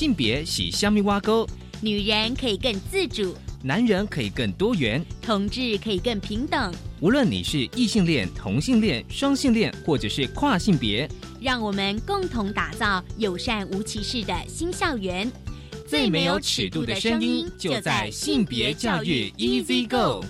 性别是虾米挖沟， 女人可以更自主， 男人可以更多元， 同志可以更平等。 无论你是异性恋、同性恋、双性恋，或者是跨性别， 让我们共同打造友善无歧视的新校园。 最没有尺度的声音，就在性别教育 Easy Go。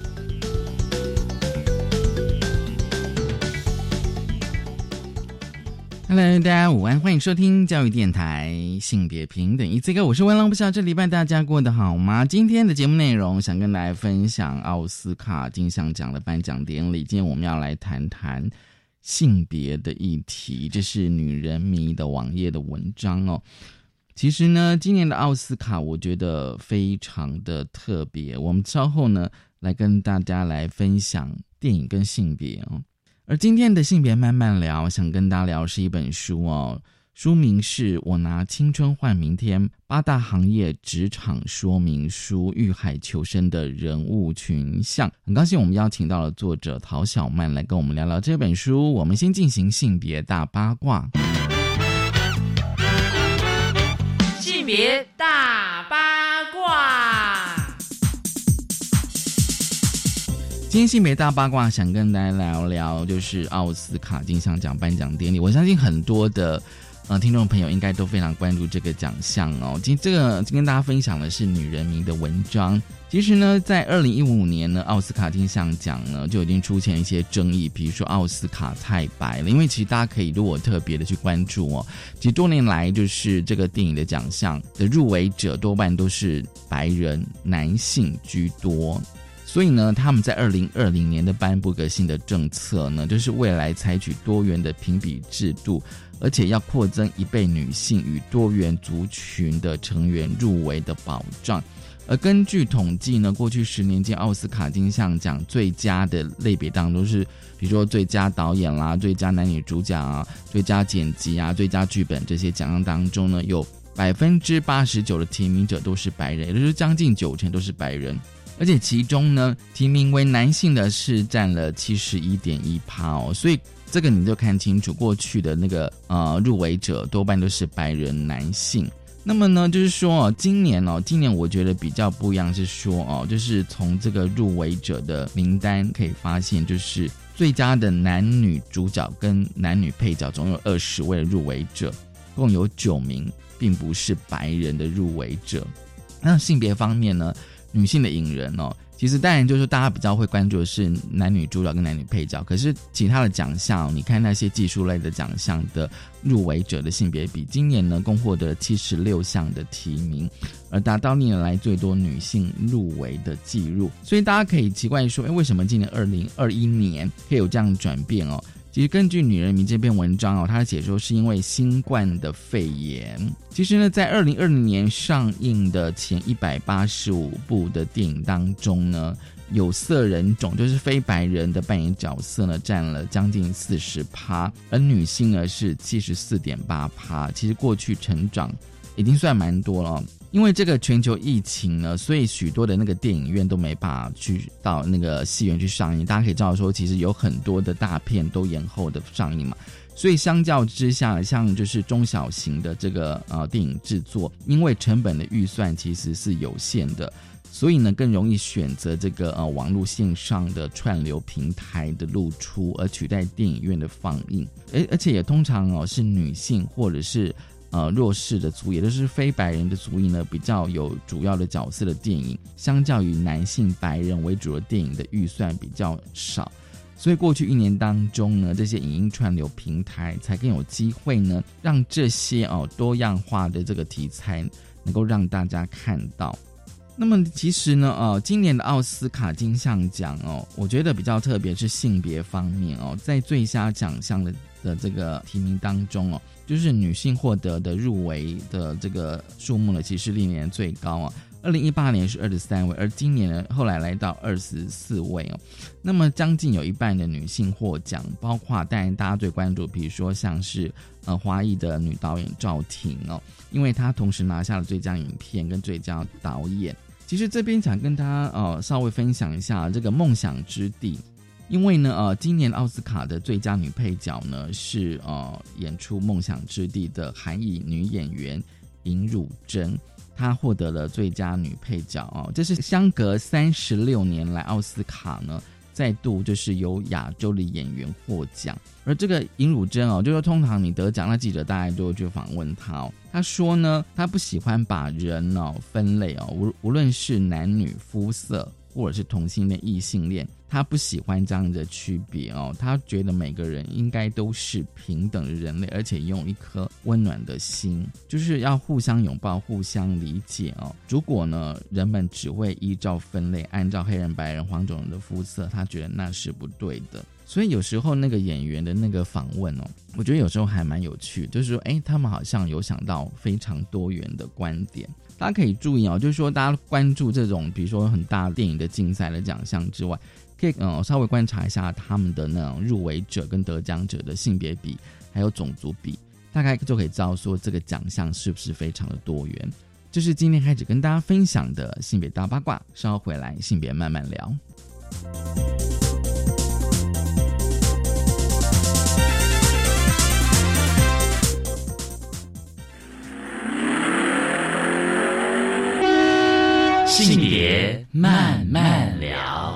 Hello， 大家午安，欢迎收听教育电台性别平等Easy Go，我是文郎，不知道这礼拜大家过得好吗？今天的节目内容想跟大家分享奥斯卡金像奖的颁奖典礼。今天我们要来谈谈性别的议题，这是女人迷的网页的文章哦。其实呢，今年的奥斯卡我觉得非常的特别，我们稍后呢来跟大家来分享电影跟性别哦。而今天的性别慢慢聊，想跟大家聊是一本书哦，书名是我拿青春换明天，8大行业职场说明书，遇海求生的人物群像。很高兴我们邀请到了作者陶小曼来跟我们聊聊这本书。我们先进行性别大八卦。 性别大八卦。 今天性别大八卦想跟大家聊聊就是奥斯卡金像奖颁奖典礼。我相信很多的听众朋友应该都非常关注这个奖项哦。今天跟大家分享的是女人迷的文章。其实呢，在2015年呢，奥斯卡金像奖呢就已经出现一些争议，比如说奥斯卡太白了。因为其实大家可以如果特别的去关注哦，其实多年来就是这个电影的奖项的入围者多半都是白人男性居多。所以呢，他们在2020年的颁布个新的政策呢，就是未来采取多元的评比制度，而且要扩增1倍女性与多元族群的成员入围的保障。而根据统计呢，过去10年间奥斯卡金像奖最佳的类别当中是比如说最佳导演啦、最佳男女主角啊、最佳剪辑啊、最佳剧本这些奖项当中呢，有89%的提名者都是白人，也就是将近90%都是白人。而且其中呢，提名为男性的是占了 71.1% 哦，所以这个你就看清楚，过去的那个入围者多半都是白人男性。那么呢，就是说今年我觉得比较不一样是说就是从这个入围者的名单可以发现，就是最佳的男女主角跟男女配角总有20位的入围者，共有9名并不是白人的入围者。那性别方面呢，女性的影人其实当然就是大家比较会关注的是男女主角跟男女配角，可是其他的奖项，你看那些技术类的奖项的入围者的性别比，今年呢共获得了76项的提名，而达到历年来最多女性入围的记录。所以大家可以奇怪说，为什么今年2021年可以有这样的转变哦？其实根据女人迷这篇文章它写说是因为新冠的肺炎。其实呢，在2020年上映的前185部的电影当中呢，有色人种就是非白人的扮演角色呢占了将近 40%， 而女性呢是 74.8%。 其实过去成长已经算蛮多了因为这个全球疫情呢，所以许多的那个电影院都没办法去到那个戏院去上映。大家可以知道说，其实有很多的大片都延后的上映嘛，所以相较之下，像就是中小型的这个电影制作，因为成本的预算其实是有限的，所以呢更容易选择这个网络线上的串流平台的露出，而取代电影院的放映。而且也通常是女性或者是弱势的族，也就是非白人的族裔呢，比较有主要的角色的电影，相较于男性白人为主的电影的预算比较少。所以过去1年当中呢，这些影音串流平台才更有机会呢，让这些多样化的这个题材能够让大家看到。那么其实呢今年的奥斯卡金像奖我觉得比较特别是性别方面在最佳奖项的这个提名当中就是女性获得的入围的这个数目呢，其实历年最高2018年是23位，而今年呢后来来到24位那么将近有一半的女性获奖，包括当然大家最关注比如说像是华裔的女导演赵婷因为她同时拿下了最佳影片跟最佳导演。其实这边想跟大家稍微分享一下这个梦想之地，因为呢今年奥斯卡的最佳女配角呢是演出梦想之地的韩裔女演员尹汝贞，她获得了最佳女配角哦，这是相隔36年来奥斯卡呢再度就是由亚洲的演员获奖。而这个尹汝贞哦，就说通常你得奖，那记者大概就会去访问她哦。她说呢，她不喜欢把人哦分类哦，无论是男女肤色，或者是同性恋、异性恋，她不喜欢这样的区别哦。她觉得每个人应该都是平等的人类，而且用一颗温暖的心，就是要互相拥抱、互相理解哦。如果呢，人们只会依照分类，按照黑人、白人、黄种人的肤色，她觉得那是不对的。所以有时候那个演员的那个访问哦，我觉得有时候还蛮有趣，就是说他们好像有想到非常多元的观点。大家可以注意哦，就是说大家关注这种比如说很大电影的竞赛的奖项之外，可以稍微观察一下他们的那种入围者跟得奖者的性别比还有种族比，大概就可以知道说这个奖项是不是非常的多元。这是今天开始跟大家分享的性别大八卦，稍后回来性别慢慢聊。 性别慢慢聊。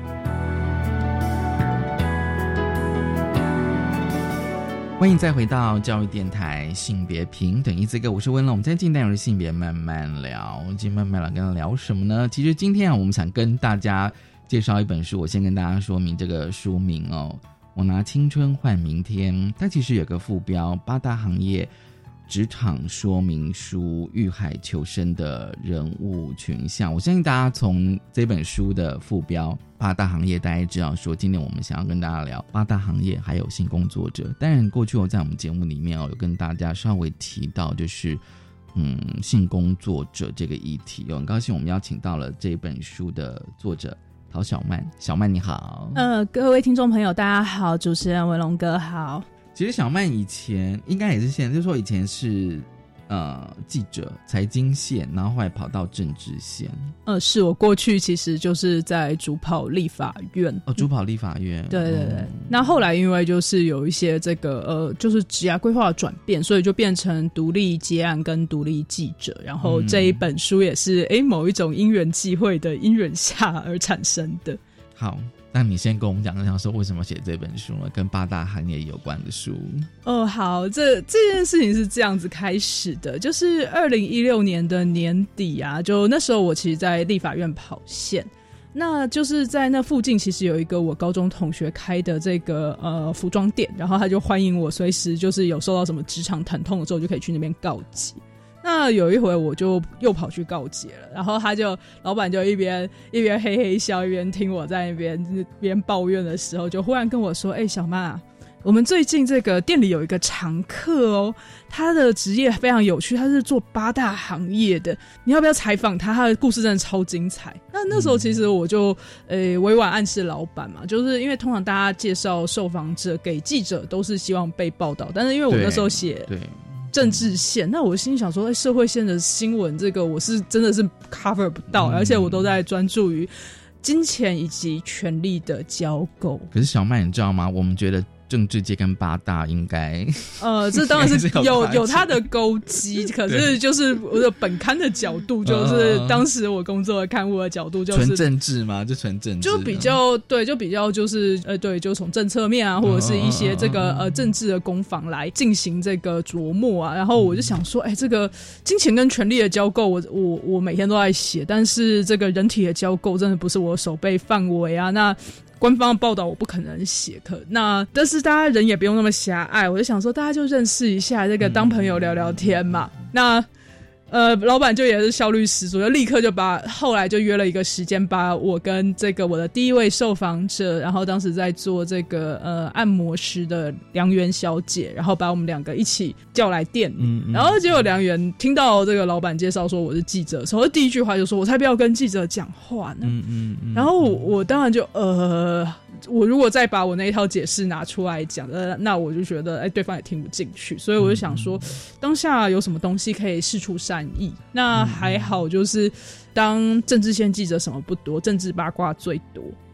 欢迎再回到教育电台性别平等一字歌，我是温龙。我们今天进单元是性别慢慢聊，今天慢慢聊跟他聊什么呢？其实今天我们想跟大家介绍一本书，我先跟大家说明这个书名哦。我拿青春换明天，它其实有个副标：8大行业职场说明书，遇海求生的人物群像。我相信大家从这本书的副标8大行业，大家知道说今天我们想要跟大家聊8大行业还有性工作者。当然过去我在我们节目里面有跟大家稍微提到就是性工作者这个议题。很高兴我们邀请到了这本书的作者陶小曼。小曼你好。 各位听众朋友大家好，主持人文龙哥好。 其实小曼以前应该也是现在，就是说以前是记者财经线，然后后来跑到政治线。 是我过去其实就是在主跑立法院。 主跑立法院。 对对对。那后来因为就是有一些这个就是职涯规划的转变，所以就变成独立接案跟独立记者。然后这一本书也是某一种因缘际会的因缘下而产生的。 好。那你先跟我们讲讲说为什么写这本书呢？跟8大行业有关的书。 好，这件事情是这样子开始的，就是2016年的年底啊，就那时候我其实在立法院跑线，那就是在那附近其实有一个我高中同学开的这个服装店，然后他就欢迎我随时就是有受到什么职场疼痛的时候就可以去那边告急。那有一回我就又跑去告解了，然后老板就一边嘿嘿笑，一边听我在那边抱怨的时候，就忽然跟我说：“小曼啊，我们最近这个店里有一个常客哦，他的职业非常有趣，他是做8大行业的，你要不要采访他？他的故事真的超精彩。”那时候其实我就委婉暗示老板嘛，就是因为通常大家介绍受访者给记者都是希望被报道，但是因为我那时候写对政治线，那我心里想说社会线的新闻这个我是真的是 cover 不到，而且我都在专注于金钱以及权力的交购。 可是小曼你知道吗，我们觉得政治界跟8大应该这当然是有它的勾机，可是就是我的本刊的角度，就是当时我工作的刊物的角度，就是纯政治吗？就纯政治， 就比较对，就比较就是对，就从政策面啊，或者是一些这个政治的攻防来进行这个琢磨啊。然后我就想说，这个金钱跟权力的交购，我每天都在写，但是这个人体的交购真的不是我手背范围啊。那官方的报道我不可能写，但是大家人也不用那么狭隘，我就想说大家就认识一下，这个当朋友聊聊天嘛。那老板就也是效率十足，就立刻就后来就约了一个时间，把我跟这个我的第一位受访者，然后当时在做这个按摩师的梁媛小姐，然后把我们2个一起叫来店里。然后结果梁媛听到这个老板介绍说我是记者的时候，第一句话就说：“我才不要跟记者讲话呢。”然后我当然就我如果再把我那一套解释拿出来讲，那我就觉得对方也听不进去，所以我就想说当下有什么东西可以释出善意。那还好就是当政治线记者什么不多，政治八卦最多。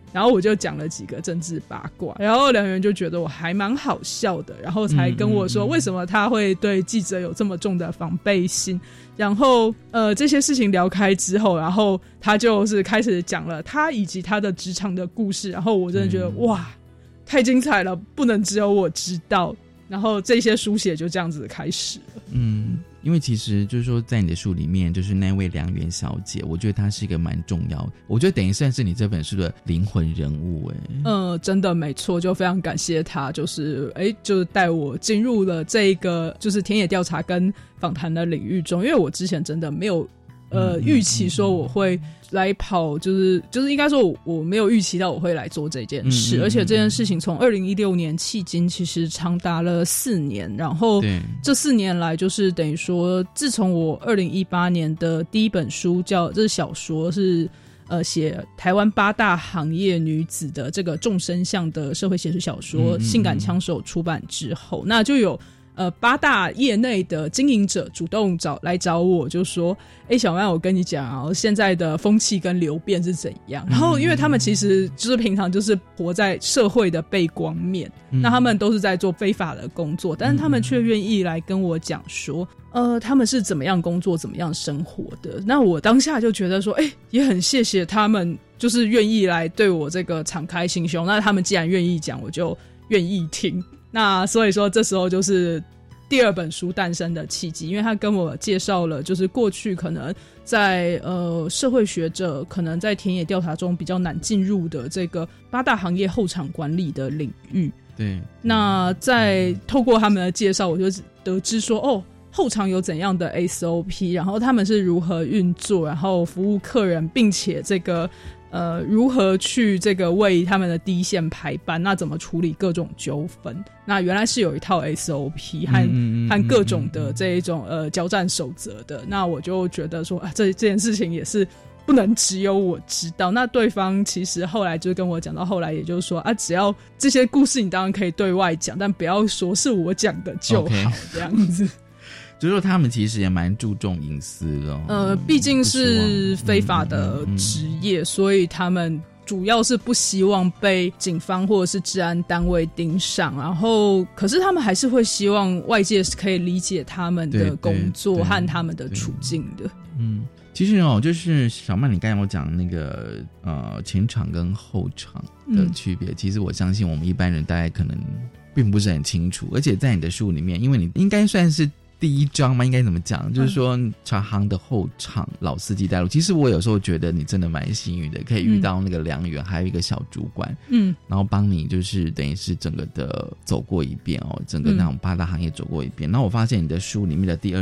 然后我就讲了几个政治八卦，然后梁元就觉得我还蛮好笑的，然后才跟我说为什么他会对记者有这么重的防备心。然后这些事情聊开之后，然后他就是开始讲了他以及他的职场的故事，然后我真的觉得哇太精彩了，不能只有我知道，然后这些书写就这样子开始了。 因为其实就是说在你的书里面，就是那位梁元小姐，我觉得她是一个蛮重要，我觉得等于算是你这本书的灵魂人物。 真的没错，就非常感谢她，就是带我进入了这个就是田野调查跟访谈的领域中，因为我之前真的没有预期说我会来跑，就是应该说我没有预期到我会来做这件事，而且这件事情从2016年迄今其实长达了4年，然后这4年来就是等于说自从我2018年的第一本书这是小说是写台湾8大行业女子的这个众生相的社会写实小说性感枪手出版之后，那就有8大业内的经营者主动来找我，就说小曼我跟你讲啊，现在的风气跟流变是怎样，然后因为他们其实就是平常就是活在社会的背光面，那他们都是在做非法的工作，但是他们却愿意来跟我讲说他们是怎么样工作怎么样生活的。那我当下就觉得说也很谢谢他们就是愿意来对我这个敞开心胸，那他们既然愿意讲我就愿意听，那所以说这时候就是第2本书诞生的契机，因为他跟我介绍了就是过去可能在社会学者可能在田野调查中比较难进入的这个8大行业后场管理的领域。 对， 那在透过他们的介绍，我就得知说后场有怎样的 SOP， 然后他们是如何运作，然后服务客人，并且这个如何去这个为他们的第一线排班，那怎么处理各种纠纷，那原来是有一套 SOP 和各种的这一种交战守则的。那我就觉得说这件事情也是不能只有我知道，那对方其实后来就跟我讲到后来，也就是说只要这些故事你当然可以对外讲，但不要说是我讲的就好，这样子。 就是说他们其实也蛮注重隐私的毕竟是非法的职业，所以他们主要是不希望被警方或者是治安单位盯上，然后可是他们还是会希望外界是可以理解他们的工作和他们的处境的。 其实就是小曼你刚才有讲那个前场跟后场的区别，其实我相信我们一般人大概可能并不是很清楚，而且在你的书里面，因为你应该算是第1章嘛，应该怎么讲？就是说茶行的后场老司机带路。其实我有时候觉得你真的蛮幸运的，可以遇到那个梁元，还有一个小主管，然后帮你就是等于是整个的走过一遍整个那种8大行业走过一遍。然后我发现你的书里面的第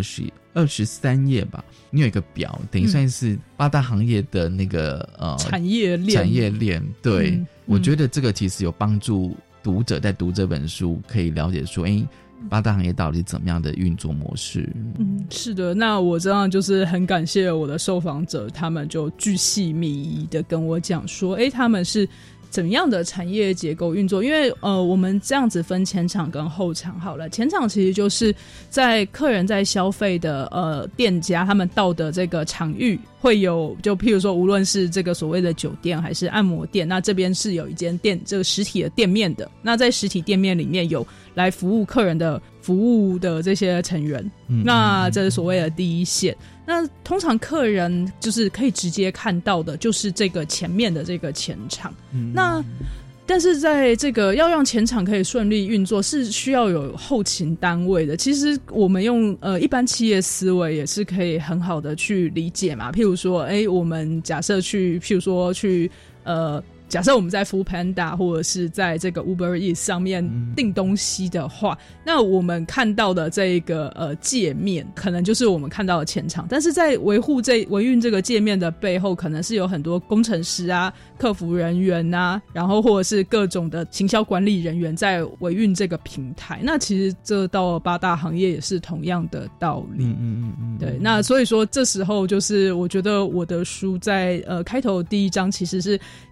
23页吧，你有一个表，等于算是8大行业的那个产业链。 对，我觉得这个其实有帮助读者在读这本书可以了解说8大行业到底怎么样的运作模式。 是的，那我这样就是很感谢我的受访者，他们就巨细靡遗的跟我讲说他们是怎么样的产业结构运作。因为我们这样子分前场跟后场好了，前场其实就是在客人在消费的店家，他们到的这个场域会有，就譬如说无论是这个所谓的酒店还是按摩店，那这边是有一间店这个实体的店面的，那在实体店面里面有来服务客人的服务的这些成员，那这是所谓的第一线。那通常客人就是可以直接看到的就是这个前面的这个前场，那但是在这个要让前场可以顺利运作是需要有后勤单位的。其实我们用一般企业思维也是可以很好的去理解嘛，譬如说我们假设譬如说去假设我们在 Foodpanda 或者是在这个 Uber Eats 上面订东西的话，那我们看到的这个界面可能就是我们看到的前场，但是在维运这个界面的背后，可能是有很多工程师啊、客服人员啊，然后或者是各种的行销管理人员在维运这个平台。那其实这到8大行业也是同样的道理。对，那所以说这时候就是我觉得我的书在开头第1章其实是跟大家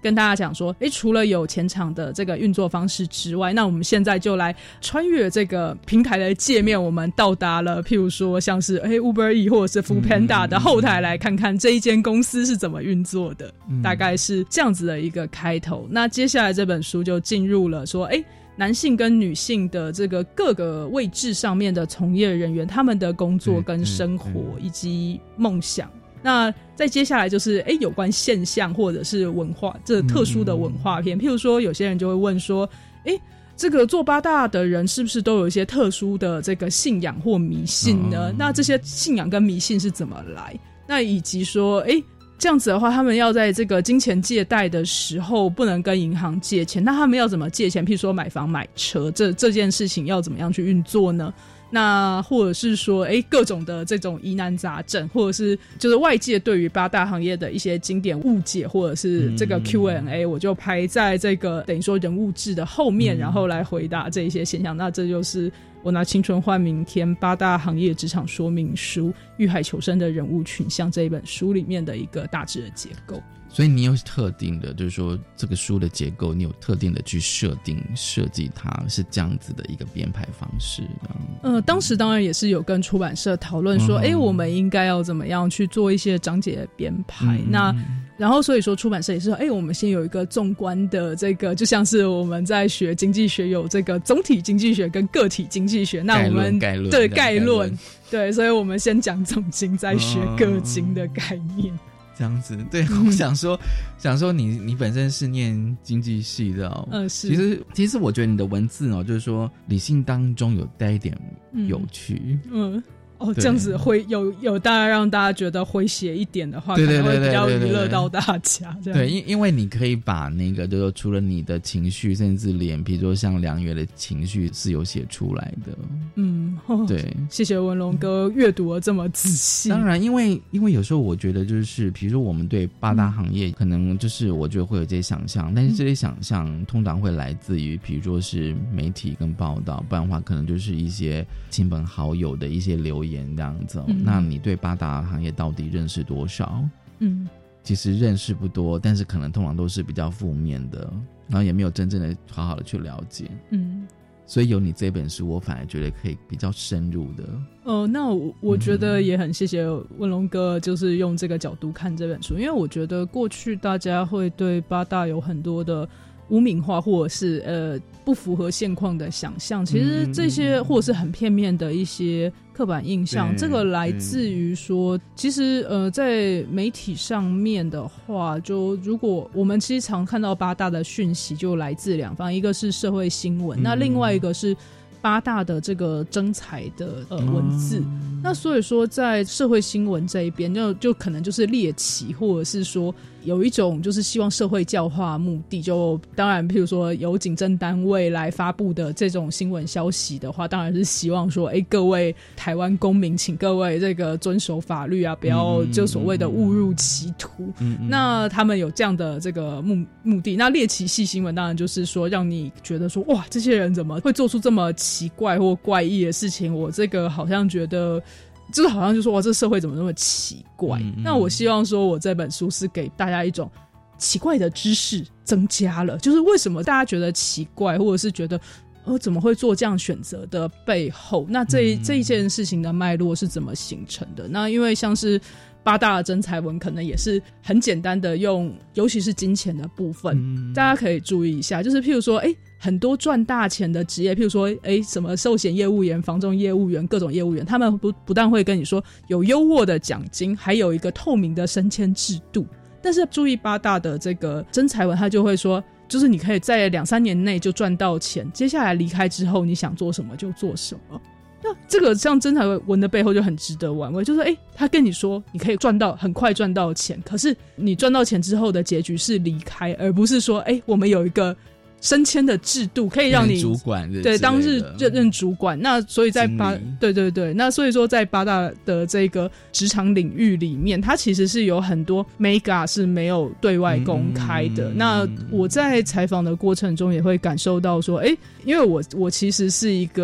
讲说除了有前场的这个运作方式之外，那我们现在就来穿越这个平台的界面，我们到达了譬如说像是Uber Eats 或者是 Foodpanda 的后台，来看看这一间公司是怎么运作的，大概是这样子的一个开头。那接下来这本书就进入了说男性跟女性的这个各个位置上面的从业人员，他们的工作跟生活以及梦想。那再接下来就是有关现象或者是文化，这特殊的文化片，譬如说有些人就会问说这个做八大的人是不是都有一些特殊的这个信仰或迷信呢？那这些信仰跟迷信是怎么来？那以及说这样子的话，他们要在这个金钱借贷的时候不能跟银行借钱，那他们要怎么借钱？譬如说买房买车，这件事情要怎么样去运作呢？那或者是说各种的这种疑难杂症，或者是就是外界对于八大行业的一些经典误解，或者是这个 Q&A，我就排在这个等于说人物志的后面，然后来回答这一些现象。那这就是我拿青春换明天八大行业职场说明书遇海求生的人物群像这一本书里面的一个大致的结构。 所以你有特定的，就是说这个书的结构，你有特定的去设计它是这样子的一个编排方式的。 当时当然也是有跟出版社讨论说我们应该要怎么样去做一些章节的编排。那然后所以说出版社也是说我们先有一个纵观的这个，就像是我们在学经济学有这个总体经济学跟个体经济学，那我们概论对，所以我们先讲总经再学个经的概念。 这样子，对，我想说你本身是念经济系的是。其实我觉得你的文字就是说理性当中有带一点有趣，这样子会有大概让大家觉得诙谐一点的话，可能会比较娱乐到大家。对，因为你可以把那个就是除了你的情绪，甚至连比如说像梁月的情绪是有写出来的。对，谢谢文龙哥阅读了这么仔细。当然，因为有时候我觉得就是比如说我们对八大行业可能就是我觉得会有这些想象，但是这些想象通常会来自于比如说是媒体跟报道，不然的话可能就是一些亲朋好友的一些留言这样子。那你对八大行业到底认识多少？其实认识不多，但是可能通常都是比较负面的，然后也没有真正的好好的去了解。所以有你这本书，我反而觉得可以比较深入的。那我觉得也很谢谢文龙哥，就是用这个角度看这本书，因为我觉得过去大家会对八大有很多的污名化，或者是不符合现况的想象，其实这些或者是很片面的一些刻板印象，这个来自于说其实在媒体上面的话，就如果我们其实常看到八大的讯息就来自两方，一个是社会新闻，那另外一个是八大的这个征才的文字。那所以说在社会新闻这一边就可能就是猎奇，或者是说有一种就是希望社会教化目的，就当然譬如说由警政单位来发布的这种新闻消息的话，当然是希望说各位台湾公民请各位这个遵守法律啊，不要就所谓的误入歧途。那他们有这样的这个目的。那猎奇系新闻当然就是说让你觉得说哇，这些人怎么会做出这么奇怪或怪异的事情，我这个好像觉得就是好像就说哇，这社会怎么那么奇怪。那我希望说我这本书是给大家一种奇怪的知识增加了，就是为什么大家觉得奇怪，或者是觉得怎么会做这样选择的背后，那这一件事情的脉络是怎么形成的。那因为像是八大的征才文可能也是很简单的用，尤其是金钱的部分，大家可以注意一下，就是譬如说很多赚大钱的职业，譬如说什么寿险业务员、房仲业务员、各种业务员，他们不但会跟你说有优渥的奖金，还有一个透明的升迁制度。但是注意八大的这个征才文，他就会说就是你可以在2-3年内就赚到钱，接下来离开之后你想做什么就做什么。那这个像征才文的背后就很值得玩味，就是他跟你说你可以很快赚到钱，可是你赚到钱之后的结局是离开，而不是说我们有一个升迁的制度可以让你主管，对，当日任主管。那所以在对，那所以说在八大的这个职场领域里面，它其实是有很多 mega 是没有对外公开的。那我在采访的过程中也会感受到说因为我其实是一个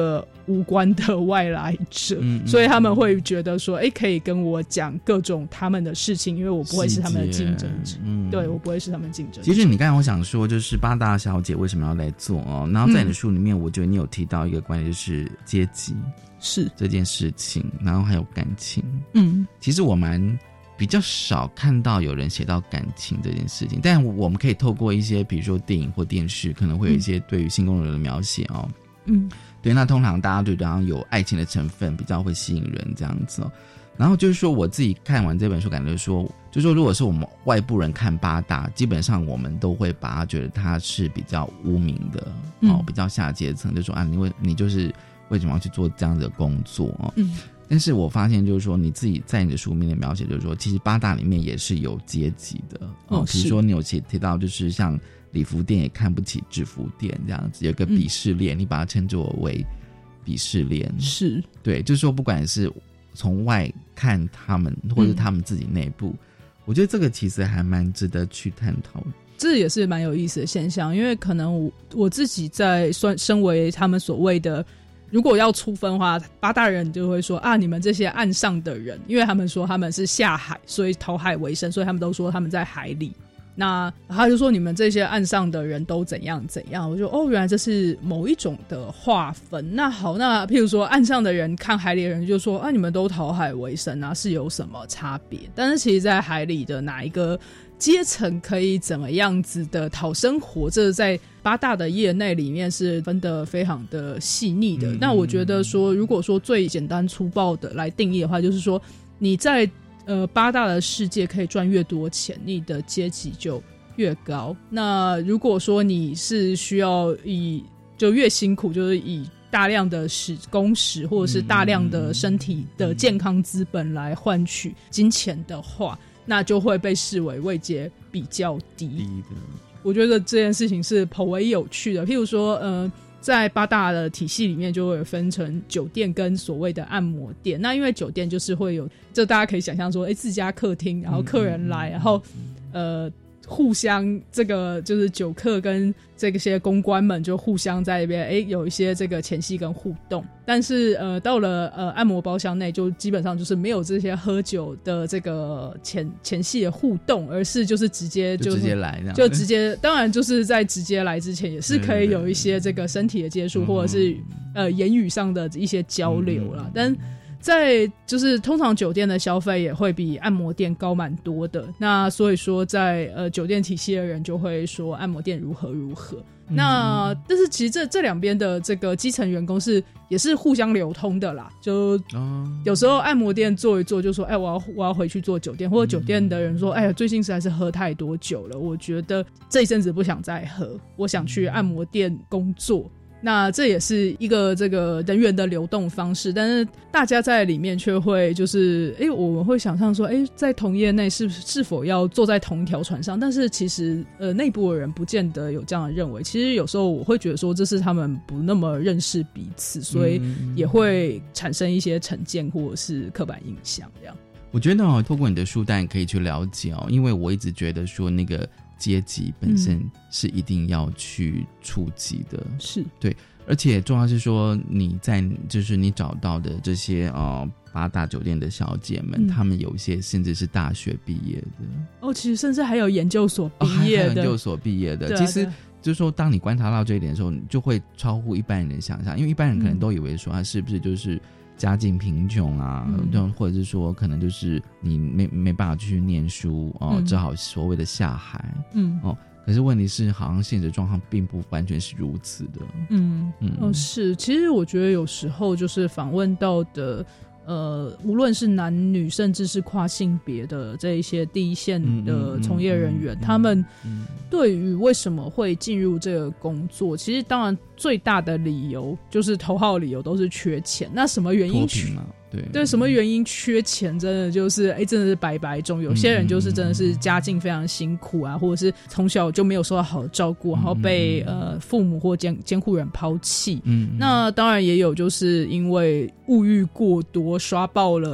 无关的外来者，所以他们会觉得说可以跟我讲各种他们的事情，因为我不会是他们的竞争者，对，我不会是他们竞争者。 其实你刚才我想说就是八大小姐为什么要来做然后在你的书里面我觉得你有提到一个观点，就是阶级是这件事情，然后还有感情。其实我比较少看到有人写到感情这件事情，但我们可以透过一些比如说电影或电视可能会有一些对于性工作者的描写对，那通常大家对好像有爱情的成分比较会吸引人这样子然后就是说我自己看完这本书感觉说，就是说如果是我们外部人看八大，基本上我们都会把它觉得它是比较污名的比较下阶层，就说你就是为什么要去做这样的工作但是我发现就是说你自己在你的书里面的描写就是说其实八大里面也是有阶级的比如说你有提到就是像礼服店也看不起制服店这样子，有个鄙视链你把它称作为鄙视链， 是对，就是说不管是从外看他们或者他们自己内部我觉得这个其实还蛮值得去探讨， 这也是蛮有意思的现象，因为可能我自己在身为他们所谓的如果要粗分的话，八大人就会说你们这些岸上的人，因为他们说他们是下海，所以讨海为生，所以他们都说他们在海里。那他就说你们这些岸上的人都怎样怎样，我就原来这是某一种的划分。那好，那譬如说岸上的人看海里的人就说你们都讨海为生是有什么差别？但是其实在海里的哪一个阶层可以怎么样子的讨生活，这在八大的业内里面是分得非常的细腻的那我觉得说如果说最简单粗暴的来定义的话，就是说你在八大的世界可以赚越多钱，你的阶级就越高。那如果说你是需要就越辛苦，就是以大量的工时或者是大量的身体的健康资本来换取金钱的话，那就会被视为位阶比较低的。我觉得这件事情是颇为有趣的。譬如说在八大的体系里面就会分成酒店跟所谓的按摩店。那因为酒店就是会有，就大家可以想象说自家客厅，然后客人来，然后互相这个就是酒客跟这些公关们就互相在那边有一些这个前戏跟互动。但是到了按摩包厢内就基本上就是没有这些喝酒的这个前戏的互动，而是就是直接来这样， 就直接，当然就是在直接来之前也是可以有一些这个身体的接触或者是言语上的一些交流啦。但在就是通常酒店的消费也会比按摩店高蛮多的，那所以说在酒店体系的人就会说按摩店如何如何。那但是其实这两边的这个基层员工也是互相流通的啦，就有时候按摩店做一做就说我要回去做酒店，或者酒店的人说最近实在是喝太多酒了，我觉得这一阵子不想再喝，我想去按摩店工作。那这也是一个这个人员的流动方式，但是大家在里面却会就是我们会想象说在同业内是否要坐在同一条船上，但是其实内部的人不见得有这样的认为。其实有时候我会觉得说这是他们不那么认识彼此，所以也会产生一些成见或者是刻板印象这样。 我觉得透过你的书单可以去了解因为我一直觉得说那个阶级本身是一定要去触及的，是对，而且重要是说你在就是你找到的这些八大酒店的小姐们，她们有一些甚至是大学毕业的其实甚至还有研究所毕业的， 研究所毕业的，其实就是说当你观察到这一点的时候，你就会超乎一般人的想象，因为一般人可能都以为说他是不是就是家境贫穷或者是说可能就是你没办法继续念书只好所谓的下海可是问题是好像现实状况并不完全是如此的是，其实我觉得有时候就是访问到的无论是男女甚至是跨性别的这一些第一线的从业人员，他们对于为什么会进入这个工作，其实当然最大的理由就是头号理由都是缺钱。那什么原因对什么原因缺钱，真的就是真的是百百种。有些人就是真的是家境非常辛苦或者是从小就没有受到好的照顾，然后被父母或监护人抛弃那当然也有就是因为物欲过多刷爆了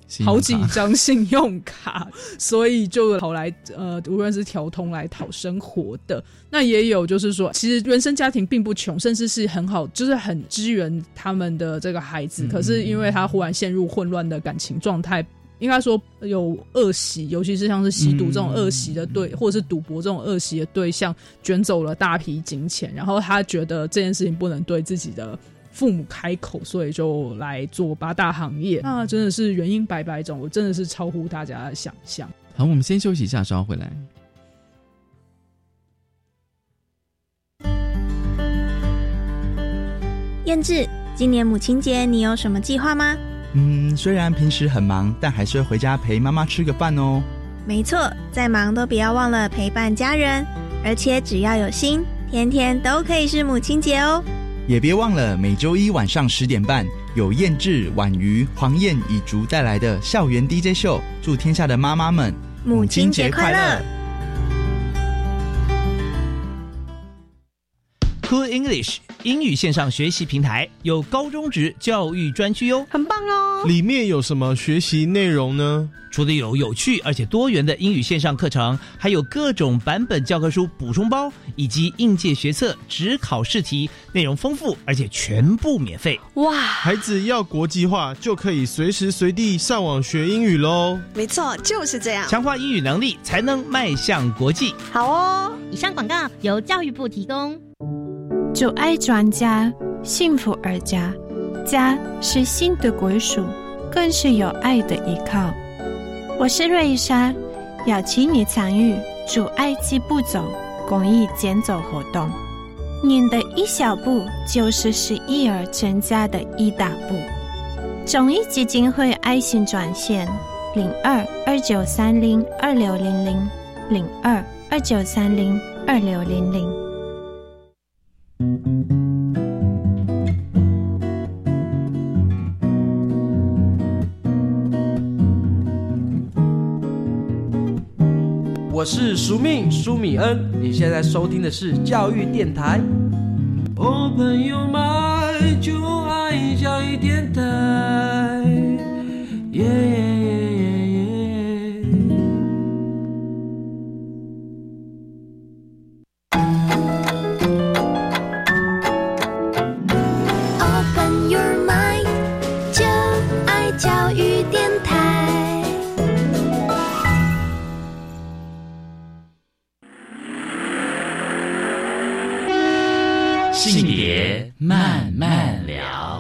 好几张信用卡，所以就跑来无论是调通来讨生活的。那也有就是说，其实原生家庭并不穷，甚至是很好，就是很支援他们的这个孩子。可是因为他忽然陷入混乱的感情状态，应该说有恶习，尤其是像是吸毒这种恶习的或者是赌博这种恶习的对象，卷走了大批金钱，然后他觉得这件事情不能对自己的父母开口，所以就来做八大行业。那真的是原因百百种，我真的是超乎大家的想象。 好，我们先休息一下，稍后回来。 燕志，今年母亲节你有什么计划吗？ 虽然平时很忙，但还是会回家陪妈妈吃个饭哦。 没错，再忙都不要忘了陪伴家人，而且只要有心，天天都可以是母亲节哦。 也别忘了每周一晚上10点半有燕志、婉瑜、黄燕、以竹带来的校园 DJ 秀，祝天下的妈妈们母亲节快乐。 Cool English 英语线上学习平台有高中职教育专区哟， 很棒哦！ 里面有什么学习内容呢？ 除了有趣而且多元的英语线上课程，还有各种版本教科书补充包，以及应届学测、指考试题，内容丰富而且全部免费。 哇！ 孩子要国际化，就可以随时随地上网学英语咯。 没错，就是这样， 强化英语能力才能迈向国际。 好哦！ 以上广告由教育部提供。 就爱专家，幸福而家，家是心的归属，更是有爱的依靠。我是瑞莎，邀请你参与主爱基步走公益健走活动。您的一小步就是使婴儿成家的一大步。中医基金会爱心专线02-2930-2600 02-2930-2600。 我是苏命苏米恩，你现在收听的是教育电台。Open your mind， 就爱教育电台。 Open your mind， 就爱教育电台。 性别慢慢聊。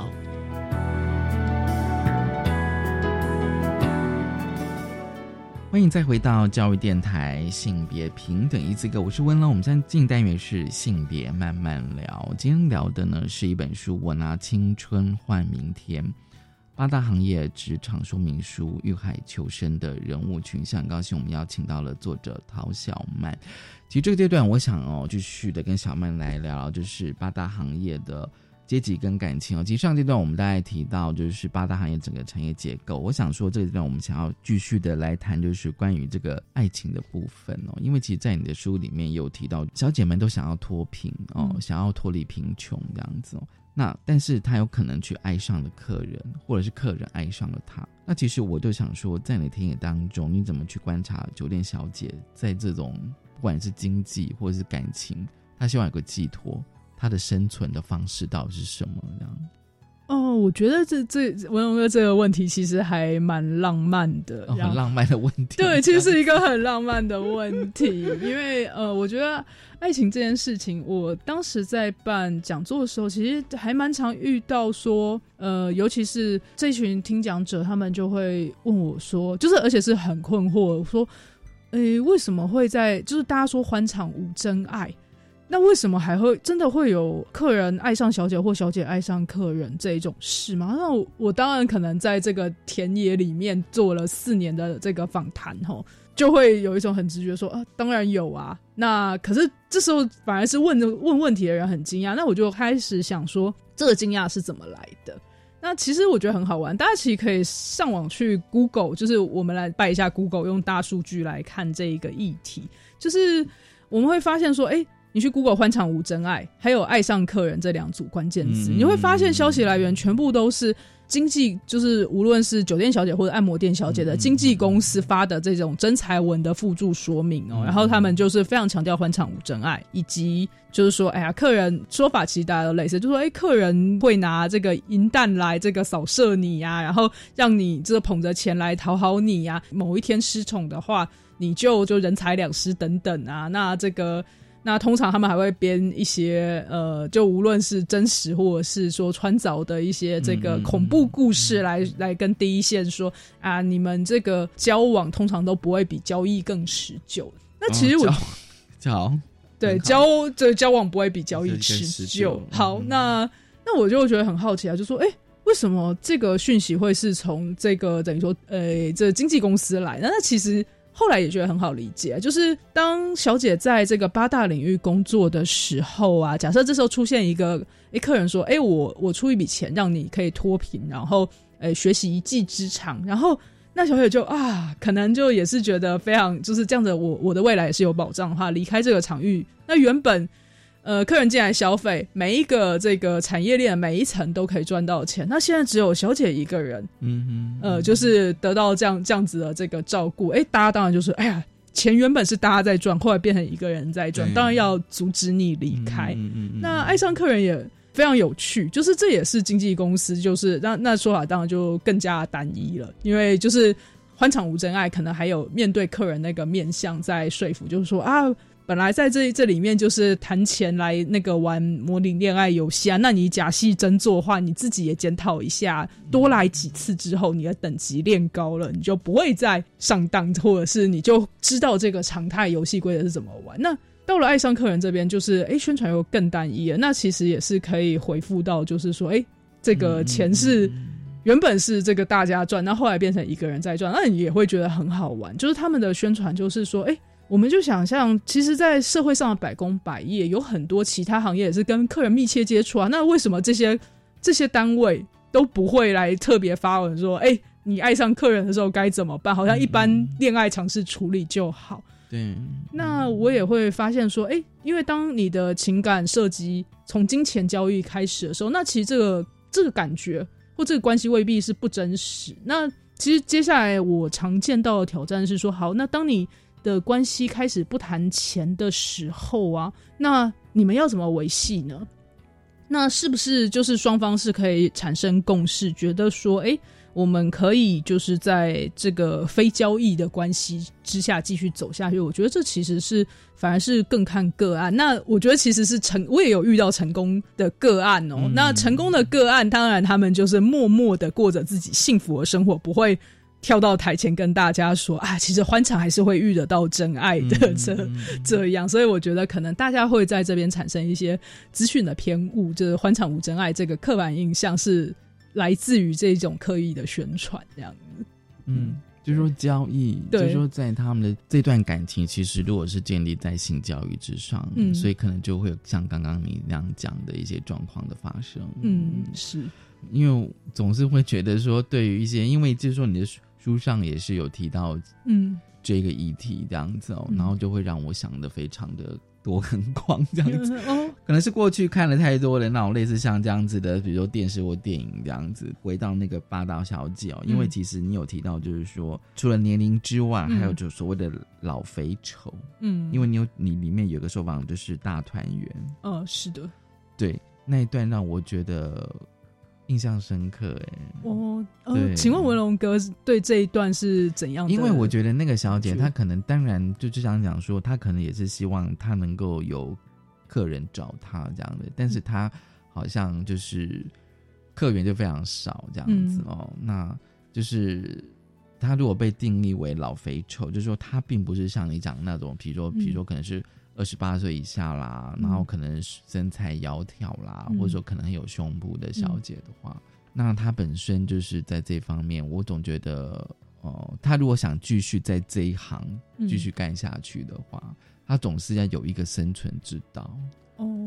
欢迎再回到教育电台性别平等一字歌，我是温乐。我们现在进单元是性别慢慢聊，今天聊的呢是一本书，我拿青春换明天，8大行业职场说明书，遇海求生的人物群像。很高兴我们邀请到了作者陶小曼。其实这个阶段我想继续的跟小曼来聊，就是8大行业的阶级跟感情。其实上阶段我们大概提到就是8大行业整个产业结构，我想说这个阶段我们想要继续的来谈就是关于这个爱情的部分因为其实在你的书里面有提到小姐们都想要脱贫想要脱离贫穷这样子那但是他有可能去爱上了客人，或者是客人爱上了他。那其实我就想说，在你的田野当中，你怎么去观察酒店小姐在这种不管是经济或者是感情，她希望有个寄托，她的生存的方式到底是什么这样？ 我觉得文龙哥这个问题其实还蛮浪漫的， 很浪漫的问题。 对，其实是一个很浪漫的问题，因为我觉得爱情这件事情，我当时在办讲座的时候，其实还蛮常遇到说，尤其是这群听讲者，他们就会问我说，就是而且是很困惑，说，为什么会在就是大家说欢场无真爱？那为什么还会真的会有客人爱上小姐或小姐爱上客人这一种事吗？那我当然可能在这个田野里面做了4年的这个访谈就会有一种很直觉说当然有啊。那可是这时候反而是问问题的人很惊讶，那我就开始想说这个惊讶是怎么来的。那其实我觉得很好玩，大家其实可以上网去 Google， 就是我们来拜一下 Google， 用大数据来看这一个议题，就是我们会发现说你去 Google 欢场无真爱还有爱上客人这2组关键字，你会发现消息来源全部都是经纪，就是无论是酒店小姐或者按摩店小姐的经纪公司发的这种征才文的附注说明然后他们就是非常强调欢场无真爱，以及就是说哎呀客人说法其实大家都类似，就是说客人会拿这个银弹来这个扫射你啊，然后让你这捧着钱来讨好你啊，某一天失宠的话你就人财两失等等啊，那通常他们还会编一些就无论是真实或者是说穿凿的一些这个恐怖故事来跟第一线说啊，你们这个交往通常都不会比交易更持久。那其实对交往不会比交易持久。好，那我就觉得很好奇啊，就说为什么这个讯息会是从这个等于说这经纪公司来？那其实后来也觉得很好理解，就是当小姐在这个8大领域工作的时候啊，假设这时候出现一个客人说我出一笔钱让你可以脱贫，然后学习一技之长，然后那小姐就可能就也是觉得非常就是这样的，我的未来也是有保障的话，离开这个场域，那原本客人进来消费，每一个这个产业链每一层都可以赚到钱，那现在只有小姐一个人就是得到这样子的这个照顾，大家当然就是钱原本是大家在赚，后来变成一个人在赚，当然要阻止你离开。那爱上客人也非常有趣，就是这也是经纪公司就是那说法当然就更加单一了，因为就是欢场无真爱可能还有面对客人那个面向在说服，就是说本来在这里面就是谈钱来那个玩模拟恋爱游戏那你假戏真做的话，你自己也检讨一下，多来几次之后你的等级练高了，你就不会再上当，或者是你就知道这个常态游戏规则是怎么玩。那到了爱上客人这边就是宣传又更单一了，那其实也是可以回复到就是说这个钱是原本是这个大家赚，那后来变成一个人在赚，那你也会觉得很好玩，就是他们的宣传就是说我们就想象其实在社会上的百工百业有很多其他行业也是跟客人密切接触那为什么这些单位都不会来特别发文说你爱上客人的时候该怎么办，好像一般恋爱尝试处理就好。对，那我也会发现说因为当你的情感涉及从金钱交易开始的时候，那其实这个感觉或这个关系未必是不真实。那其实接下来我常见到的挑战是说，好，那当你的关系开始不谈钱的时候那你们要怎么维系呢？那是不是就是双方是可以产生共识，觉得说我们可以就是在这个非交易的关系之下继续走下去？我觉得这其实是反而是更看个案。那我觉得其实是我也有遇到成功的个案那成功的个案当然他们就是默默的过着自己幸福的生活，不会跳到台前跟大家说其实欢场还是会遇得到真爱的这样。所以我觉得可能大家会在这边产生一些资讯的偏误，就是欢场无真爱这个刻板印象是来自于这种刻意的宣传这样子。 就是说交易，就是说在他们的这段感情其实如果是建立在性交易之上所以可能就会有像刚刚你那样讲的一些状况的发生。是因为总是会觉得说对于一些，因为就是说你的书上也是有提到这个议题这样子然后就会让我想的非常的多很广这样子可能是过去看了太多的那种类似像这样子的比如说电视或电影这样子。回到那个8大小姐因为其实你有提到就是说除了年龄之外还有就所谓的老肥丑因为你里面有个受访就是大团圆是的，对，那一段让我觉得印象深刻请问文龙哥对这一段是怎样的？ 因为我觉得那个小姐她可能当然就像讲说她可能也是希望她能够有客人找她这样的，但是她好像就是客源就非常少这样子那就是她如果被定义为老肥丑，就是说她并不是像你讲那种比如说可能是28岁以下啦然后可能身材窈窕啦或者说可能有胸部的小姐的话那她本身就是在这方面我总觉得她如果想继续在这一行继续干下去的话她总是要有一个生存之道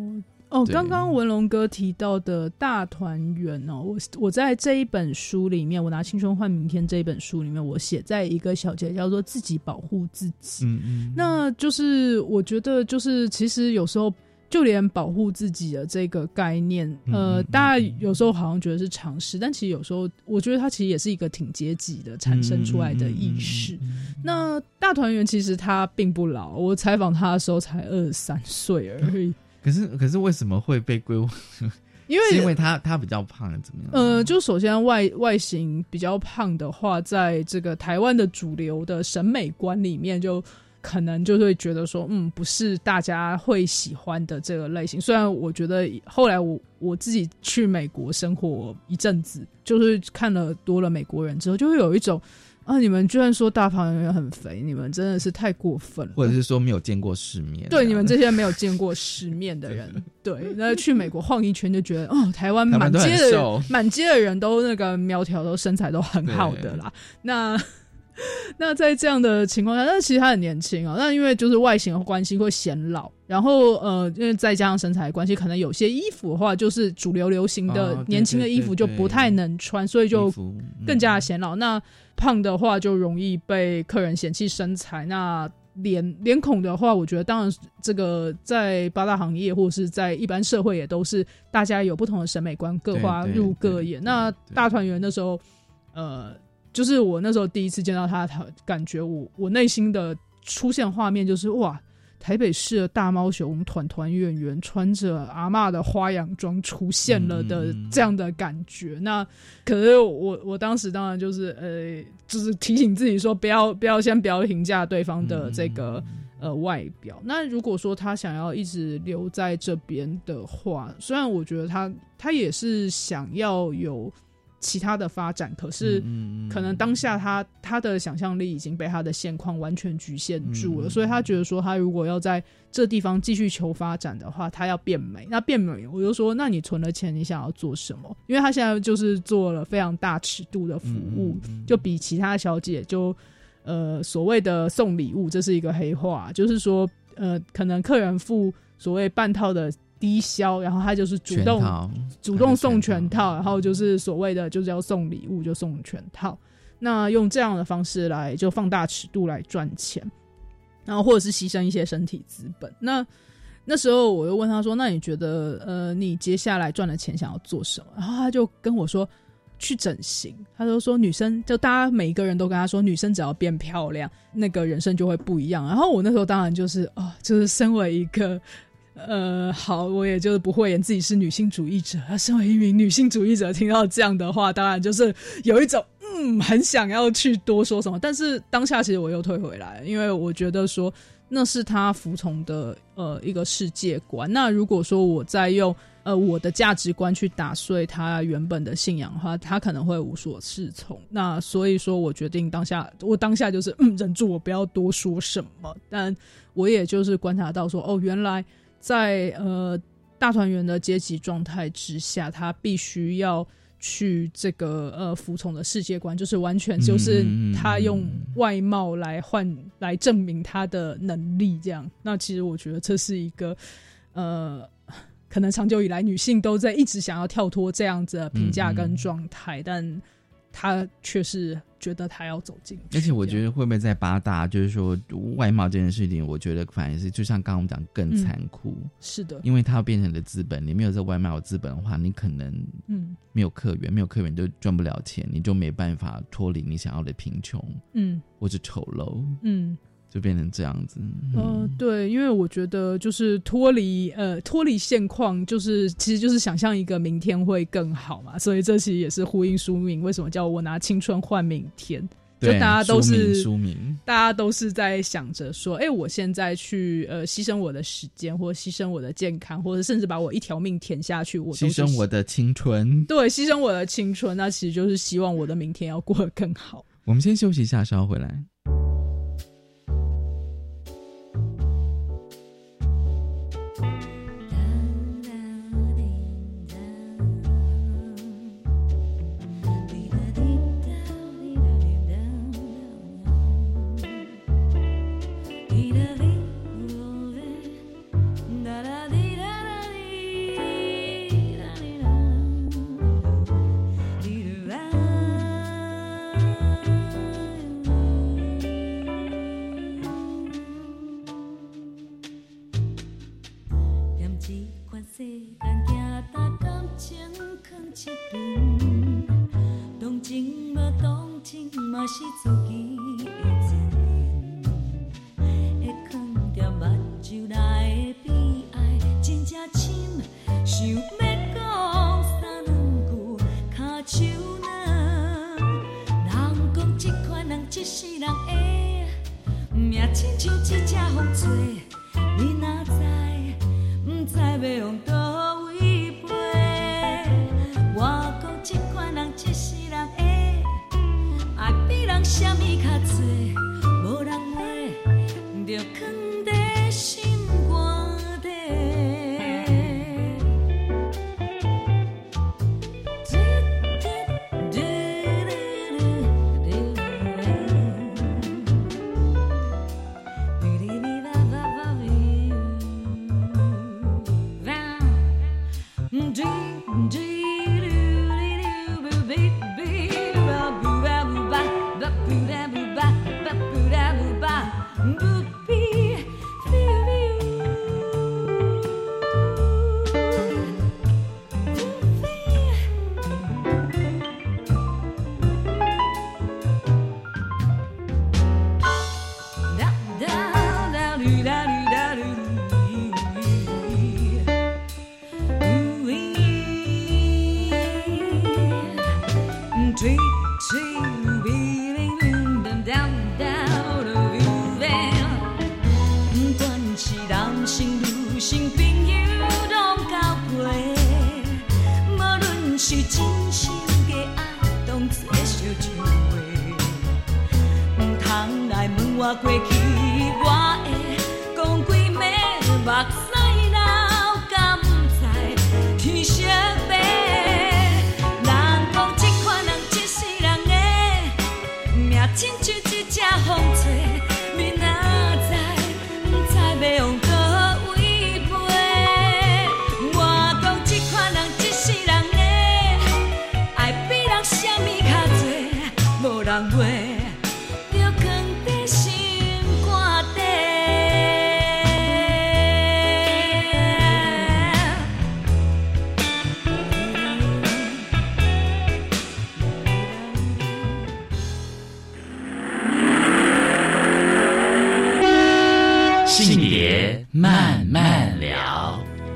哦，刚刚文龙哥提到的大团圆哦，我在这一本书里面，我拿青春换明天这一本书里面，我写在一个小节叫做自己保护自己。那就是我觉得就是其实有时候就连保护自己的这个概念，大家有时候好像觉得是常识，但其实有时候我觉得它其实也是一个挺阶级的产生出来的意识。那大团圆其实他并不老，我采访他的时候才23岁而已。 可是为什么会被归？是因为他比较胖，怎么样？ 就首先外形比较胖的话，在这个台湾的主流的审美观里面，就可能就会觉得说，不是大家会喜欢的这个类型。虽然我觉得后来我自己去美国生活一阵子，就是看了多了美国人之后，就会有一种。你们居然说大团圆很肥，你们真的是太过分了。 或者是说没有见过世面。 对，你们这些没有见过世面的人，对，那去美国晃一圈就觉得，台湾满街的人都那个苗条，都身材都很好的啦。那在这样的情况下，但其实他很年轻那因为就是外形的关系会显老，然后因为再加上身材的关系，可能有些衣服的话就是主流行的年轻的衣服就不太能穿，所以就更加显老。那胖的话就容易被客人嫌弃身材，那脸孔的话，我觉得当然这个在八大行业或是在一般社会也都是大家有不同的审美观，各花入各眼。那大团圆的时候就是我那时候第一次见到他，感觉我内心的出现画面就是哇，台北市的大猫熊团团圆圆穿着阿嬷的花洋装出现了的这样的感觉。那可是我当时当然就是就是提醒自己说不要评价对方的这个外表。那如果说他想要一直留在这边的话，虽然我觉得他也是想要有其他的发展，可是可能当下他的想象力已经被他的现况完全局限住了，所以他觉得说他如果要在这地方继续求发展的话，他要变美。那变美我就说那你存了钱你想要做什么？因为他现在就是做了非常大尺度的服务，就比其他小姐就所谓的送礼物，这是一个黑话，就是说可能客人付所谓半套的低消，然后他就是主动送全套，然后就是所谓的就是要送礼物就送全套。那用这样的方式来就放大尺度来赚钱，然后或者是牺牲一些身体资本。那时候我又问他说，那你觉得你接下来赚的钱想要做什么？然后他就跟我说去整形。他就说女生就大家每一个人都跟他说，女生只要变漂亮那个人生就会不一样。然后我那时候当然就是就是身为一个好，我也就是不讳言自己是女性主义者。身为一名女性主义者，听到这样的话，当然就是有一种很想要去多说什么，但是当下其实我又退回来，因为我觉得说那是他服从的一个世界观。那如果说我再用我的价值观去打碎他原本的信仰的话，他可能会无所适从。那所以说我决定当下就是忍住，我不要多说什么。但我也就是观察到说原来在大团圆的阶级状态之下，他必须要去这个服从的世界观，就是完全就是他用外貌来证明他的能力这样。那其实我觉得这是一个可能长久以来女性都在一直想要跳脱这样子的评价跟状态，但他却是觉得他要走进去。 而且我觉得会不会在八大就是说外貌这件事情，我觉得反而是就像刚刚我们讲更残酷。 是的， 因为它要变成你的资本，你没有这外貌的资本的话，你可能没有客源，没有客源就赚不了钱，你就没办法脱离你想要的贫穷或是丑陋就变成这样子。 对，因为我觉得就是脱离现况，就是其实就是想象一个明天会更好嘛，所以这其实也是呼应书名为什么叫我拿青春换明天。就大家都是书名大家都是在想着说我现在去牺牲我的时间，或牺牲我的健康，或者甚至把我一条命填下去，我都牺牲我的青春。 对，牺牲我的青春，那其实就是希望我的明天要过得更好。 我们先休息一下，稍后回来。 但行搭感情放一边，同情无同情嘛是自己的责任，会藏在目睭内的悲哀，真正深，想要讲三两句，脚手软。人讲这款人一世人的命，亲像一只风吹，你哪知？不知要往倒位飞。我讲这款人一世人的爱比人啥物较多，无人话就藏在心肝底。我过去，我会讲几暝目屎流，敢知天色白？人讲这款人一世人的命，亲像一只风吹，你哪知？不知要往倒位飞？我讲这款人一世人的爱比人啥物较多，无人话。 性别慢慢聊。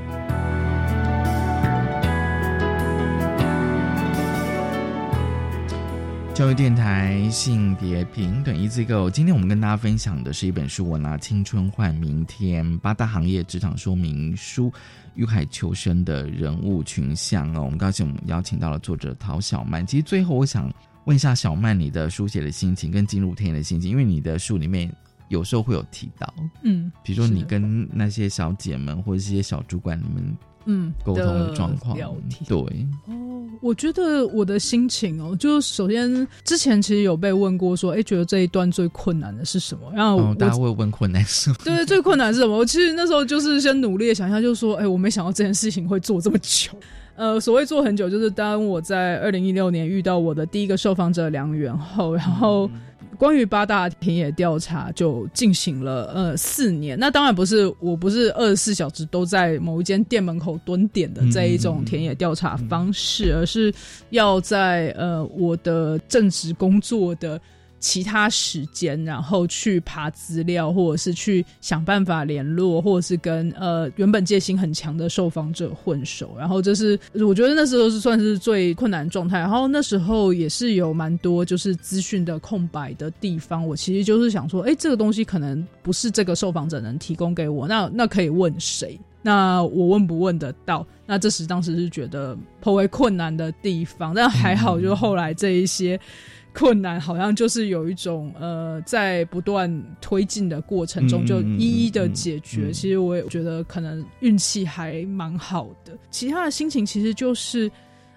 教育电台性别平等1字购，今天我们跟大家分享的是一本书，我拿青春换明天，8大行业职场说明书，遇海求生的人物群像哦。我们高兴我们邀请到了作者陶小曼。其实最后我想问一下小曼，你的书写的心情跟进入田野的心情，因为你的书里面有时候会有提到，比如说你跟那些小姐们或者是一些小主管你们沟通的状况，对我觉得我的心情就是首先之前其实有被问过说，觉得这一段最困难的是什么？然后大家会问困难是什么？ 对，最困难是什么？我其实那时候就是先努力的想一下，就是说，我没想到这件事情会做这么久。所谓做很久，就是当我在2016年遇到我的第一个受访者梁元后，然后关于8大田野调查就进行了4年。那当然我不是24小时都在某一间店门口蹲点的这一种田野调查方式，而是要在我的正职工作的其他时间，然后去爬资料，或者是去想办法联络，或者是跟原本戒心很强的受访者混熟，然后这是我觉得那时候是算是最困难的状态。然后那时候也是有蛮多就是资讯的空白的地方，我其实就是想说这个东西可能不是这个受访者能提供给我，那可以问谁？那我问不问得到？那这时当时是觉得颇为困难的地方，但还好就是后来这一些困难好像就是有一种在不断推进的过程中就一一的解决。其实我也觉得可能运气还蛮好的。其他的心情其实就是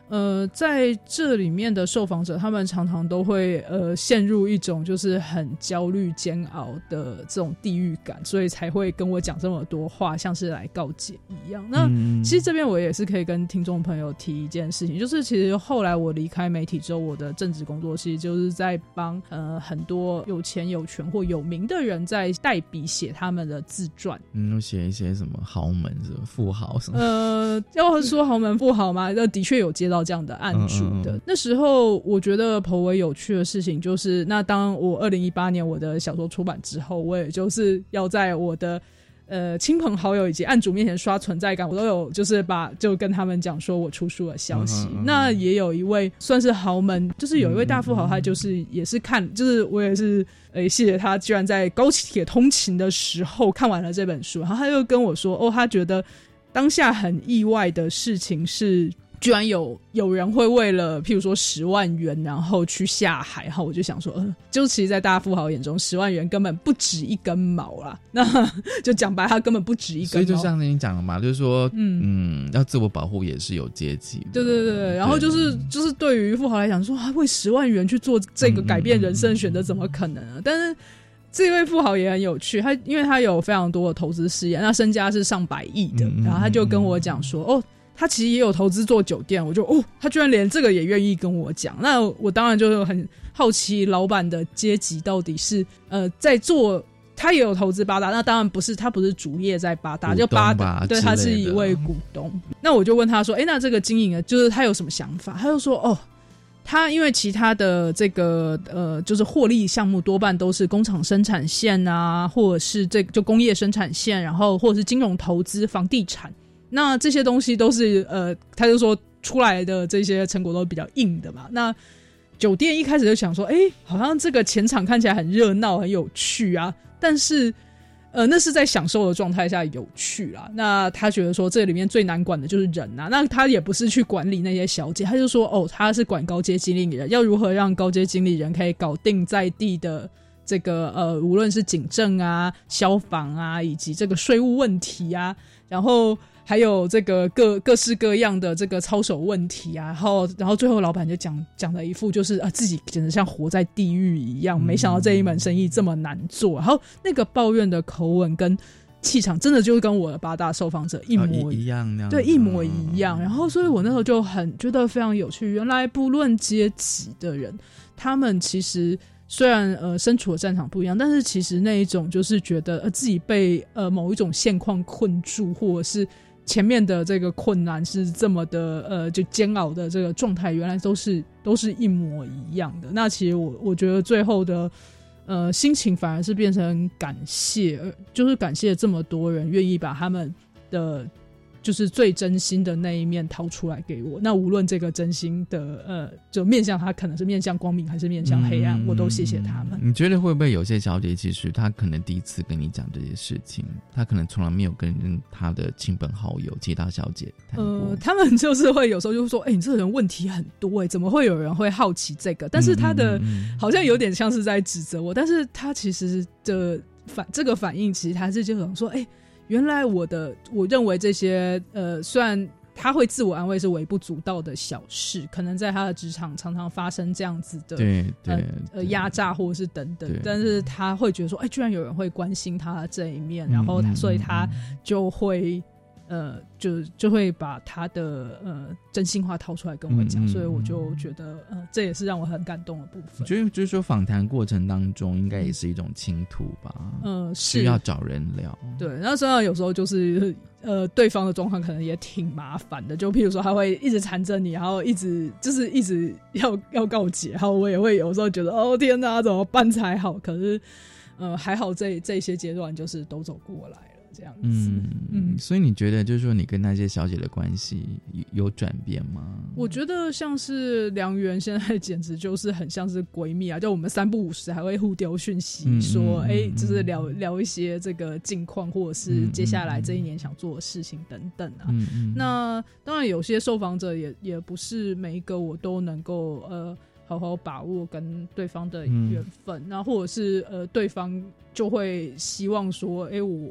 在这里面的受访者，他们常常都会陷入一种就是很焦虑煎熬的这种地狱感，所以才会跟我讲这么多话，像是来告解一样。那其实这边我也是可以跟听众朋友提一件事情，就是其实后来我离开媒体之后，我的正职工作其实就是在帮很多有钱有权或有名的人在代笔写他们的自传， 写一些什么豪门什么富豪什么要说豪门富豪嘛，的确有接到这样的案主的。那时候我觉得颇为有趣的事情就是，那当我2018年我的小说出版之后，我也就是要在我的亲朋好友以及案主面前刷存在感，我都有就是就跟他们讲说我出书的消息。那也有一位算是豪门，就是有一位大富豪，他就是也是就是我也是谢谢他居然在高铁通勤的时候看完了这本书，然后他就跟我说他觉得当下很意外的事情是居然有人会为了譬如说10万元然后去下海，然后我就想说就其实在大富豪眼中10万元根本不值一根毛啦，那就讲白他根本不值一根毛。所以就像你讲的嘛，就是说要自我保护也是有阶级的。 对对对，然后就是对于富豪来讲说为10万元去做这个改变人生的选择怎么可能啊？但是这位富豪也很有趣，因为他有非常多的投资事业，那身家是上百亿的，然后他就跟我讲说他其实也有投资做酒店，我就他居然连这个也愿意跟我讲，那我当然就很好奇老板的阶级到底是在做，他也有投资八大，那当然他不是主业在八大，就八大，对，他是一位股东。那我就问他说那这个经营就是他有什么想法？他就说他因为其他的这个就是获利项目多半都是工厂生产线啊，或者是就工业生产线，然后或者是金融投资、房地产，那这些东西都是他就说出来的这些成果都比较硬的嘛。那酒店一开始就想说好像这个前场看起来很热闹很有趣啊，但是那是在享受的状态下有趣啦。那他觉得说这里面最难管的就是人啊，那他也不是去管理那些小姐，他就说他是管高阶经理人，要如何让高阶经理人可以搞定在地的这个无论是警政啊、消防啊，以及这个税务问题啊，然后还有这个各式各样的这个操守问题啊，然后最后老板就讲了一副就是自己简直像活在地狱一样，没想到这一门生意这么难做，然后那个抱怨的口吻跟气场真的就跟我的八大受访者一模一样，对，一模一样。然后所以我那时候就很觉得非常有趣，原来不论阶级的人，他们其实虽然身处的战场不一样，但是其实那一种就是觉得自己被某一种现况困住，或者是前面的这个困难是这么的就煎熬的这个状态，原来都是一模一样的。那其实我觉得最后的心情反而是变成感谢，就是感谢这么多人愿意把他们的就是最真心的那一面掏出来给我。那无论这个真心的就面向他可能是面向光明还是面向黑暗，我都谢谢他们。 你觉得会不会有些小姐其实她可能第一次跟你讲这些事情，她可能从来没有跟她的亲朋好友其他小姐谈过？ 他们就是会有时候就说你这个人问题很多怎么会有人会好奇这个？但是他的好像有点像是在指责我，但是他其实的这个反应其实他是就想说原来我认为这些虽然他会自我安慰是微不足道的小事，可能在他的职场常常发生这样子的压榨或者是等等，但是他会觉得说居然有人会关心他的这一面，然后所以他就会就会把他的真心话掏出来跟我讲，所以我就觉得这也是让我很感动的部分。 我觉得就是说访谈过程当中应该也是一种倾吐吧，需要找人聊。 对，然后虽然有时候就是对方的状况可能也挺麻烦的，就譬如说他会一直缠着你，然后一直要告解，然后我也会有时候觉得天哪怎么办才好，可是还好这些阶段就是都走过来了这样子。 所以你觉得就是说你跟那些小姐的关系有转变吗？ 我觉得像是梁媛现在简直就是很像是闺蜜啊，就我们3不5时还会互丢讯息说就是聊一些这个近况，或者是接下来这一年想做的事情等等啊。那当然有些受访者也不是每一个我都能够好好把握跟对方的缘分，那或者是对方就会希望说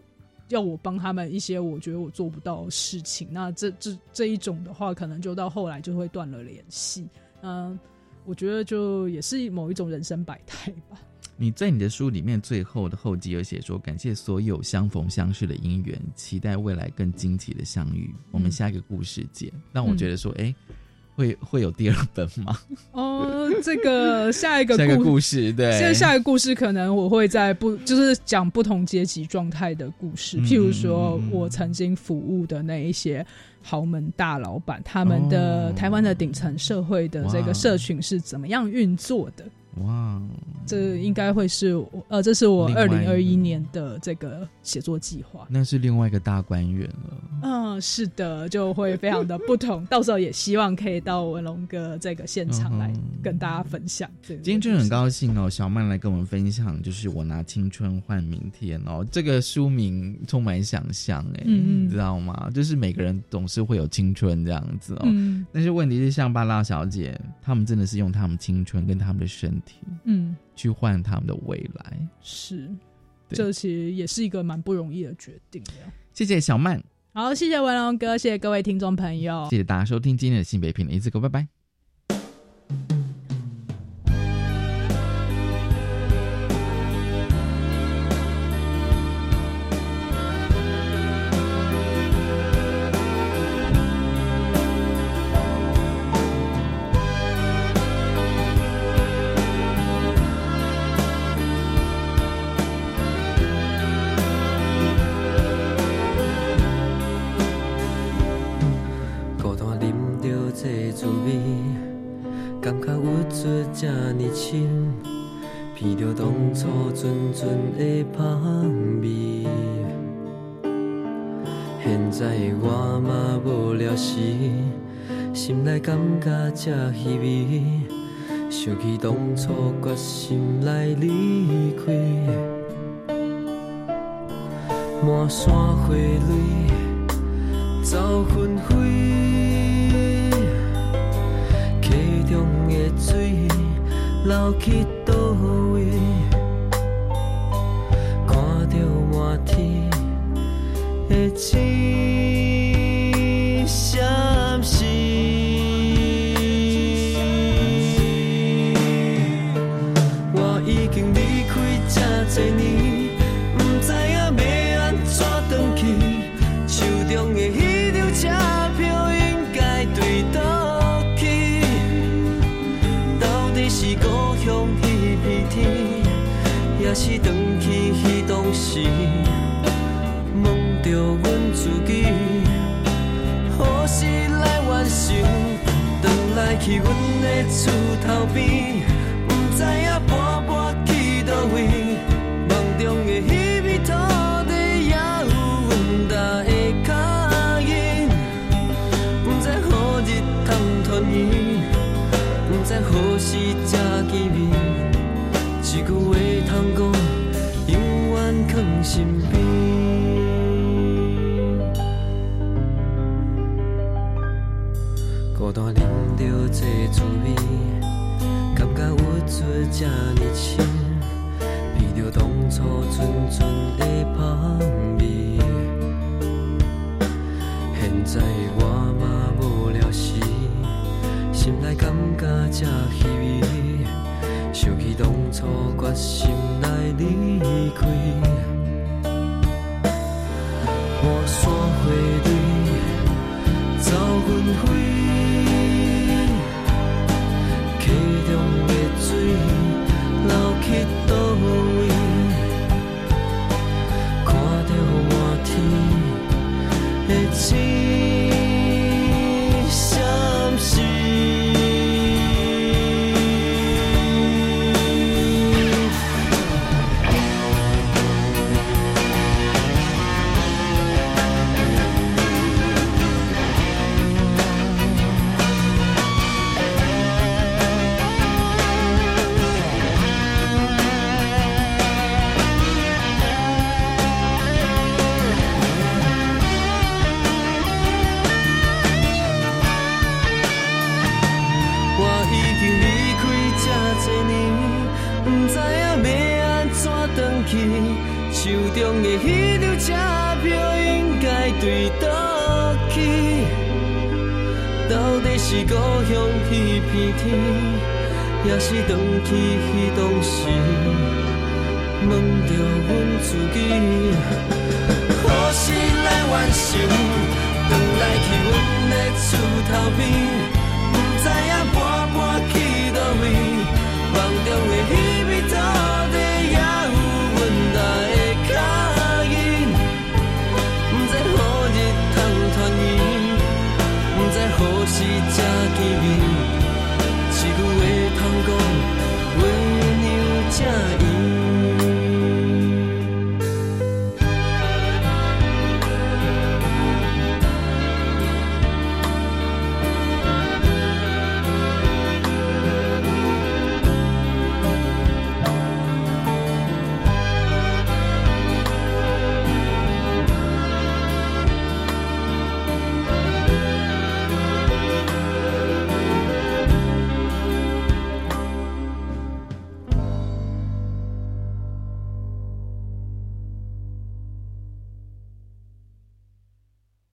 要我帮他们一些我觉得我做不到的事情，那这一种的话，可能就到后来就会断了联系。我觉得就也是某一种人生百态吧。 你在你的书里面最后的后记有写说，感谢所有相逢相识的因缘，期待未来更惊奇的相遇。我们下一个故事见。让我觉得说，会有第二本吗？ 这个下一个故事，对， 现在下一个故事可能我会在就是讲不同阶级状态的故事，譬如说我曾经服务的那一些豪门大老板，他们的台湾的顶层社会的这个社群是怎么样运作的。 哇， 这应该会是这是我2021年的这个写作计划。 那是另外一个大观园了。 是的，就会非常的不同。到时候也希望可以到文龙哥这个现场来跟大家分享。今天真的很高兴小曼来跟我们分享，就是我拿青春换明天这个书名充满想象你知道吗？就是每个人总是会有青春这样子但是问题是像巴拉小姐，他们真的是用他们青春跟他们的身体去换他们的未来。 是，这其实也是一个蛮不容易的决定。 谢谢小曼。 好，谢谢文龙哥，谢谢各位听众朋友， 谢谢大家收听今天的性别平等一次歌，拜拜。 这呢深，闻着当初纯纯的香味。现在我嘛无聊时，心内感觉这稀微。想起当初决心来离开，满山花蕊走纷飞。水流去倒位，看着满天的星闪烁。我已经离开这多年，不知影要安怎回去，手中的迄张车票应该对倒。是故乡迄片天，也是回去迄当时，梦着阮自己，何时来完成？转来去阮的厝头边，不知影搬搬去倒位，梦中的迄片土地也有阮踏的脚印，不知何日通团圆。不知何时才见面，一句话通讲，永远藏心边。孤单啉着这滋味，感觉有出这呢深，闻着当初纯纯的香味。现在我嘛无聊时。心内感觉这稀微，想起当初决心来离开。满山花蕊走纷飞，溪中的水流去倒位，看着满天的星闪烁。手中的迄张车底是故乡迄片天，也是回去迄当时，问着阮自己，何时来完成？转来去阮的厝头边，不知影搬搬去倒位，梦中的迄片土地也有阮搭的脚印，不知何日通团圆，不知何时才见面，一句话通讲，话娘才。